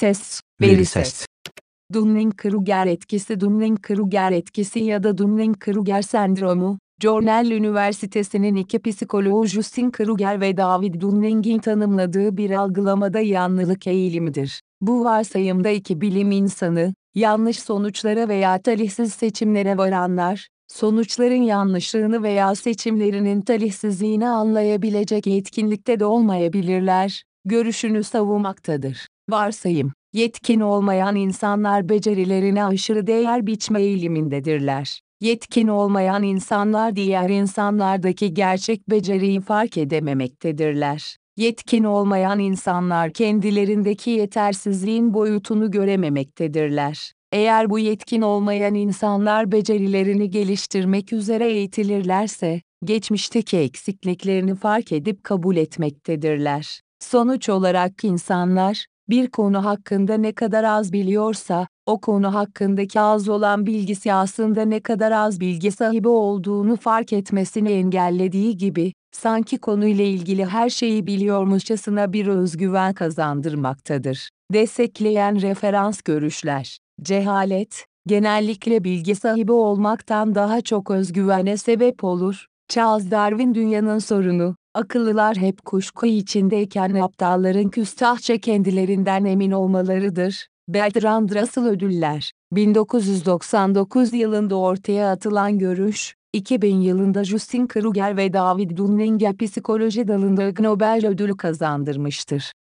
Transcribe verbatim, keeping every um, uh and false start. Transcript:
ses, veri veri ses. ses. Dunning-Kruger etkisi Dunning-Kruger etkisi ya da Dunning-Kruger sendromu, Cornell Üniversitesi'nin iki psikoloğu Justin Kruger ve David Dunning'in tanımladığı bir algılamada yanlılık eğilimidir. Bu varsayımda iki bilim insanı, yanlış sonuçlara veya talihsiz seçimlere varanlar, sonuçların yanlışlığını veya seçimlerinin talihsizliğini anlayabilecek yetkinlikte de olmayabilirler, görüşünü savunmaktadır. Varsayım, yetkin olmayan insanlar becerilerine aşırı değer biçme eğilimindedirler. Yetkin olmayan insanlar diğer insanlardaki gerçek beceriyi fark edememektedirler. Yetkin olmayan insanlar kendilerindeki yetersizliğin boyutunu görememektedirler. Eğer bu yetkin olmayan insanlar becerilerini geliştirmek üzere eğitilirlerse, geçmişteki eksikliklerini fark edip kabul etmektedirler. Sonuç olarak insanlar, bir konu hakkında ne kadar az biliyorsa, o konu hakkındaki az olan bilgisi aslında ne kadar az bilgi sahibi olduğunu fark etmesini engellediği gibi, sanki konuyla ilgili her şeyi biliyormuşçasına bir özgüven kazandırmaktadır. Destekleyen referans görüşler. Cehalet, genellikle bilgi sahibi olmaktan daha çok özgüvene sebep olur. Charles Darwin dünyanın sorunu, akıllılar hep kuşku içindeyken aptalların küstahça kendilerinden emin olmalarıdır. Bertrand Russell Ödüller, bin dokuz yüz doksan dokuz yılında ortaya atılan görüş, iki bin yılında Justin Kruger ve David Dunning'e psikoloji dalında Ig Nobel ödülü kazandırmıştır.